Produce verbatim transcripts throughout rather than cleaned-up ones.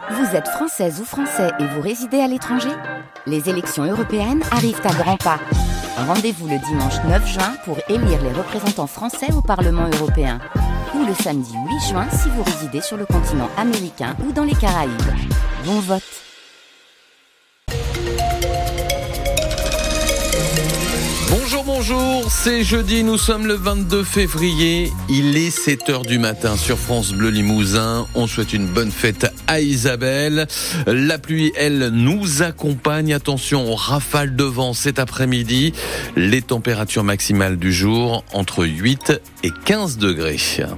Vous êtes française ou français et vous résidez à l'étranger ? Les élections européennes arrivent à grands pas. Rendez-vous le dimanche neuf juin pour élire les représentants français au Parlement européen. Ou le samedi huit juin si vous résidez sur le continent américain ou dans les Caraïbes. Bon vote! Bonjour, bonjour, c'est jeudi, nous sommes le vingt-deux février, il est sept heures du matin sur France Bleu Limousin. On souhaite une bonne fête à Isabelle. La pluie, elle, nous accompagne. Attention aux rafales de vent cet après-midi. Les températures maximales du jour entre huit et quinze degrés.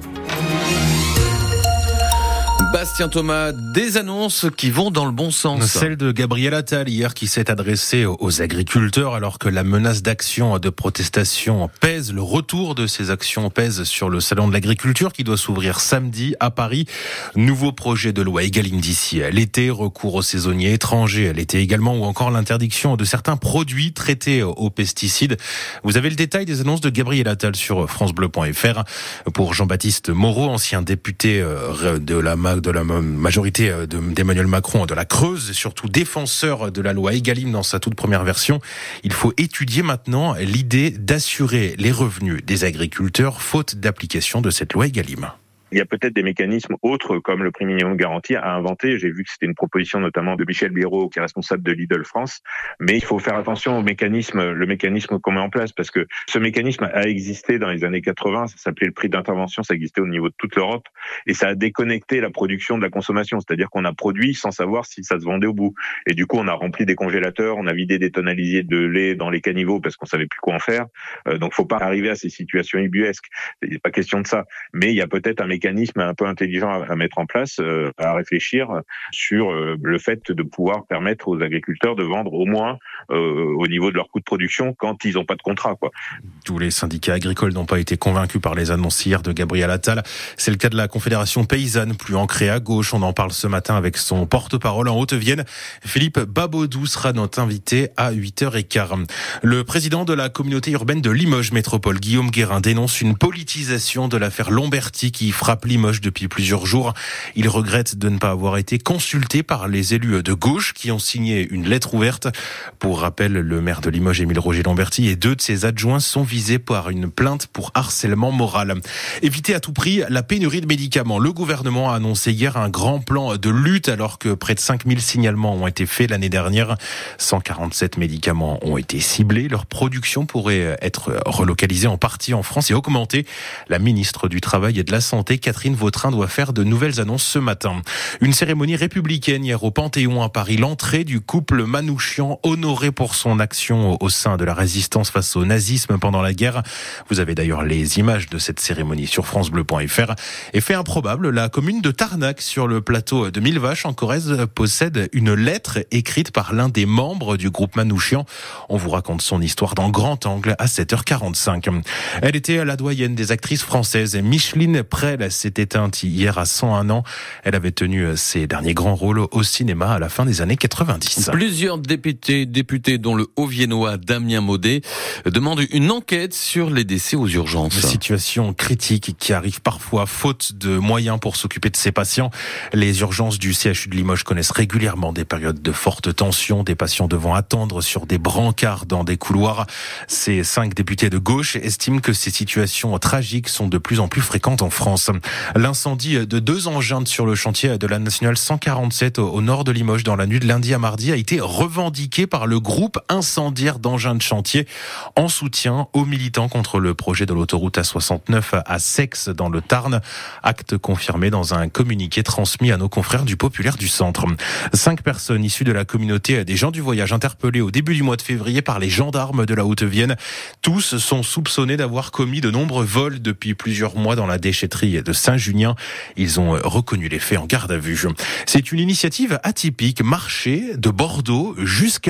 Bastien Thomas, des annonces qui vont dans le bon sens. Celle de Gabriel Attal hier qui s'est adressée aux agriculteurs alors que la menace d'action de protestation pèse. Le retour de ces actions pèse sur le salon de l'agriculture qui doit s'ouvrir samedi à Paris. Nouveau projet de loi Egalim d'ici l'été, recours aux saisonniers étrangers l'été également ou encore l'interdiction de certains produits traités aux pesticides. Vous avez le détail des annonces de Gabriel Attal sur francebleu point f r. Pour Jean-Baptiste Moreau, ancien député de la de la majorité d'Emmanuel Macron de la Creuse et surtout défenseur de la loi Egalim dans sa toute première version. Il faut étudier maintenant l'idée d'assurer les revenus des agriculteurs faute d'application de cette loi Egalim. Il y a peut-être des mécanismes autres comme le prix minimum garanti à inventer. J'ai vu que c'était une proposition notamment de Michel Biérot qui est responsable de Lidl France. Mais il faut faire attention au mécanisme, le mécanisme qu'on met en place parce que ce mécanisme a existé dans les années quatre-vingts. Ça s'appelait le prix d'intervention. Ça existait au niveau de toute l'Europe et ça a déconnecté la production de la consommation. C'est-à-dire qu'on a produit sans savoir si ça se vendait au bout. Et du coup, on a rempli des congélateurs, on a vidé des tonalisiers de lait dans les caniveaux parce qu'on savait plus quoi en faire. Euh, donc, faut pas arriver à ces situations ubuesques. Il n'est pas question de ça. Mais il y a peut-être un mécanisme mécanisme un peu intelligent à mettre en place, euh, à réfléchir sur euh, le fait de pouvoir permettre aux agriculteurs de vendre au moins euh, au niveau de leur coût de production quand ils n'ont pas de contrat, quoi. Tous les syndicats agricoles n'ont pas été convaincus par les annonces hier de Gabriel Attal. C'est le cas de la Confédération paysanne, plus ancrée à gauche. On en parle ce matin avec son porte-parole en Haute-Vienne. Philippe Babodou sera notre invité à huit heures quinze. Le président de la communauté urbaine de Limoges Métropole, Guillaume Guérin, dénonce une politisation de l'affaire Lamberty qui frappe Limoges depuis plusieurs jours. Il regrette de ne pas avoir été consulté par les élus de gauche qui ont signé une lettre ouverte. Pour rappel, le maire de Limoges, Émile Roger Lamberty, et deux de ses adjoints sont visés par une plainte pour harcèlement moral. Éviter à tout prix la pénurie de médicaments. Le gouvernement a annoncé hier un grand plan de lutte alors que près de cinq mille signalements ont été faits l'année dernière. cent quarante-sept médicaments ont été ciblés. Leur production pourrait être relocalisée en partie en France et augmentée. La ministre du Travail et de la Santé, Catherine Vautrin, doit faire de nouvelles annonces ce matin. Une cérémonie républicaine hier au Panthéon à Paris. L'entrée du couple Manouchian, honoré pour son action au sein de la résistance face au nazisme pendant la guerre. Vous avez d'ailleurs les images de cette cérémonie sur francebleu point f r. Et fait improbable, la commune de Tarnac, sur le plateau de Millevaches en Corrèze, possède une lettre écrite par l'un des membres du groupe Manouchian. On vous raconte son histoire dans Grand Angle à sept heures quarante-cinq. Elle était la doyenne des actrices françaises. Micheline Prel s'est éteinte hier à cent un ans. Elle avait tenu ses derniers grands rôles au cinéma à la fin des années quatre-vingt-dix. Plusieurs députés, députés dont le Haut-Viennois Damien Maudet, demandent une enquête sur les décès aux urgences. Une situation critique qui arrive parfois faute de moyens pour s'occuper de ces patients. Les urgences du C H U de Limoges connaissent régulièrement des périodes de forte tension, des patients devant attendre sur des brancards dans des couloirs. Ces cinq députés de gauche estiment que ces situations tragiques sont de plus en plus fréquentes en France. L'incendie de deux engins sur le chantier de la nationale cent quarante-sept au nord de Limoges dans la nuit de lundi à mardi a été revendiqué par le groupe incendiaire d'engins de chantier en soutien aux militants contre le projet de l'autoroute A soixante-neuf à Sex dans le Tarn. Acte confirmé dans un communiqué transmis à nos confrères du Populaire du Centre. Cinq personnes issues de la communauté des gens du voyage interpellées au début du mois de février par les gendarmes de la Haute-Vienne. Tous sont soupçonnés d'avoir commis de nombreux vols depuis plusieurs mois dans la déchetterie de Saint-Junien. Ils ont reconnu les faits en garde à vue. C'est une initiative atypique, marcher de Bordeaux jusqu'à Lyon.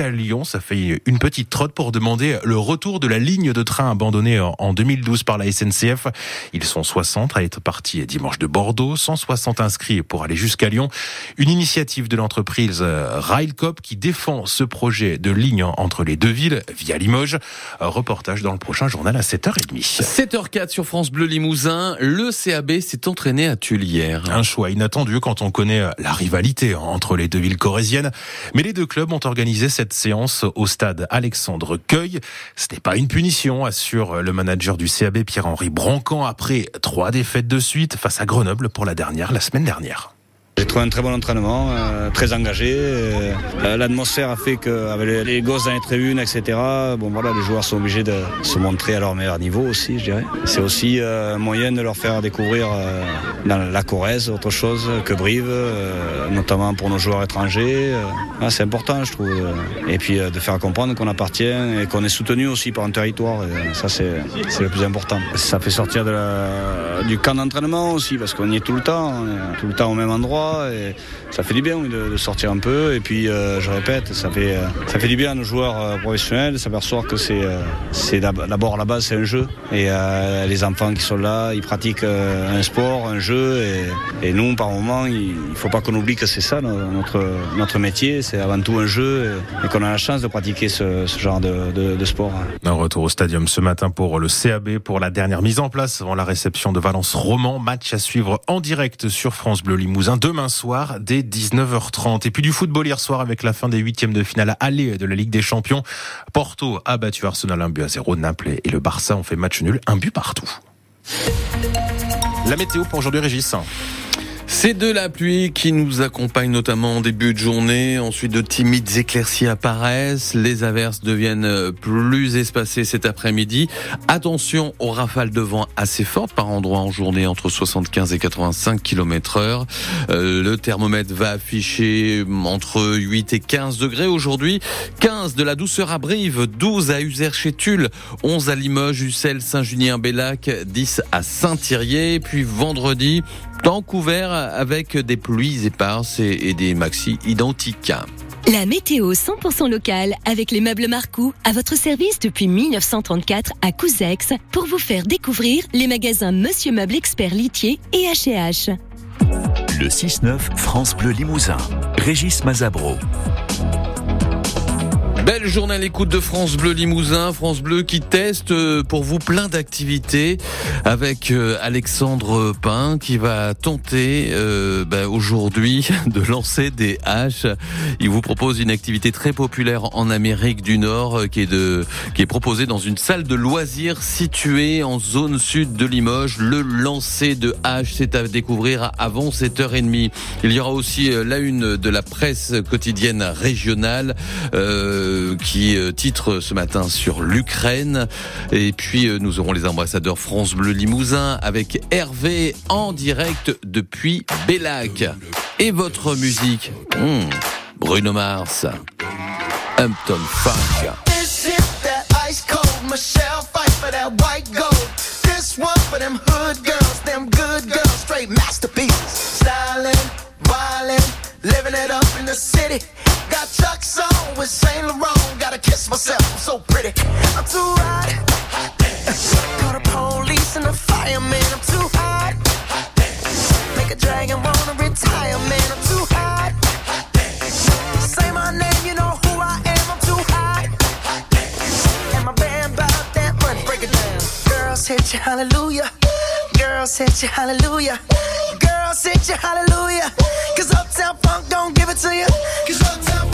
Lyon. Ça fait une petite trotte pour demander le retour de la ligne de train abandonnée en deux mille douze par la S N C F. Ils sont soixante à être partis dimanche de Bordeaux, cent soixante inscrits pour aller jusqu'à Lyon. Une initiative de l'entreprise Railcoop qui défend ce projet de ligne entre les deux villes via Limoges. Reportage dans le prochain journal à sept heures trente. sept heures quatre sur France Bleu Limousin. Le C A B s'est entraîné à Tulle hier. Un choix inattendu quand on connaît la rivalité entre les deux villes corréziennes. Mais les deux clubs ont organisé cette séance au stade Alexandre Queuille. Ce n'est pas une punition, assure le manager du C A B Pierre-Henri Brancan après trois défaites de suite face à Grenoble pour la dernière la semaine dernière. J'ai trouvé un très bon entraînement, euh, très engagé. Euh, l'atmosphère a fait qu'avec les, les gosses dans les tribunes, et cetera, bon voilà, les joueurs sont obligés de se montrer à leur meilleur niveau aussi, je dirais. C'est aussi euh, un moyen de leur faire découvrir euh, dans la Corrèze autre chose que Brive, euh, notamment pour nos joueurs étrangers. Euh, ah, c'est important, je trouve. Et puis euh, de faire comprendre qu'on appartient et qu'on est soutenu aussi par un territoire. Et ça, c'est, c'est le plus important. Ça fait sortir de la, du camp d'entraînement aussi, parce qu'on y est tout le temps, on est tout le temps au même endroit. Et ça fait du bien oui, de, de sortir un peu et puis euh, je répète ça fait, euh, ça fait du bien à nos joueurs euh, professionnels de s'apercevoir que c'est, euh, c'est d'abord à la base c'est un jeu et euh, les enfants qui sont là ils pratiquent euh, un sport, un jeu et, et nous par moment il ne faut pas qu'on oublie que c'est ça notre, notre métier, c'est avant tout un jeu et, et qu'on a la chance de pratiquer ce, ce genre de, de, de sport. Un retour au stadium ce matin pour le C A B pour la dernière mise en place avant la réception de Valence Roman, match à suivre en direct sur France Bleu Limousin demain soir dès dix-neuf heures trente. Et puis du football hier soir avec la fin des huitièmes de finale aller de la Ligue des Champions. Porto a battu Arsenal un but à zéro. Naples et le Barça ont fait match nul, un but partout. La météo pour aujourd'hui, Régis. C'est de la pluie qui nous accompagne notamment en début de journée. Ensuite, de timides éclaircies apparaissent. Les averses deviennent plus espacées cet après-midi. Attention aux rafales de vent assez fortes par endroits en journée entre soixante-quinze et quatre-vingt-cinq kilomètres heure. Euh, le thermomètre va afficher entre huit et quinze degrés aujourd'hui. quinze de la douceur à Brive, douze à Uzères-chez-Tulle, onze à Limoges, Ussel, Saint-Junien-Bellac, dix à Saint-Thirier. Puis vendredi, temps couvert avec des pluies éparses et, et des maxis identiques. La météo cent pour cent locale avec les meubles Marcoux à votre service depuis dix-neuf cent trente-quatre à Couzex pour vous faire découvrir les magasins Monsieur Meuble Expert Litier et H et H. Le six neuf France Bleu Limousin. Régis Mazabro. Belle journée à l'écoute de France Bleu Limousin, France Bleu qui teste pour vous plein d'activités avec Alexandre Pain qui va tenter euh, bah, aujourd'hui de lancer des haches. Il vous propose une activité très populaire en Amérique du Nord qui est, de, qui est proposée dans une salle de loisirs située en zone sud de Limoges. Le lancer de haches, c'est à découvrir avant sept heures trente. Il y aura aussi la une de la presse quotidienne régionale euh, qui titre ce matin sur l'Ukraine. Et puis nous aurons les ambassadeurs France Bleu Limousin avec Hervé en direct depuis Bellac. Et votre musique, mmh, Bruno Mars, Uptown Funk. This is that ice cold Michelle fight for that white gold. This one for them hood girls, them good girls, straight masterpieces. Styling, wildin', living it up in the city. Got Chuck's on with Saint Laurent. Gotta kiss myself, I'm so pretty. I'm too hot. Call the police and the fireman. I'm too hot. Make a dragon wanna retire, man. I'm too hot. Say my name, you know who I am. I'm too hot. And my band bought that money. Break it down. Girls hit you, hallelujah. Girls hit you, hallelujah. Girls hit you, hallelujah. Cause Uptown Funk don't give it to you. Cause Uptown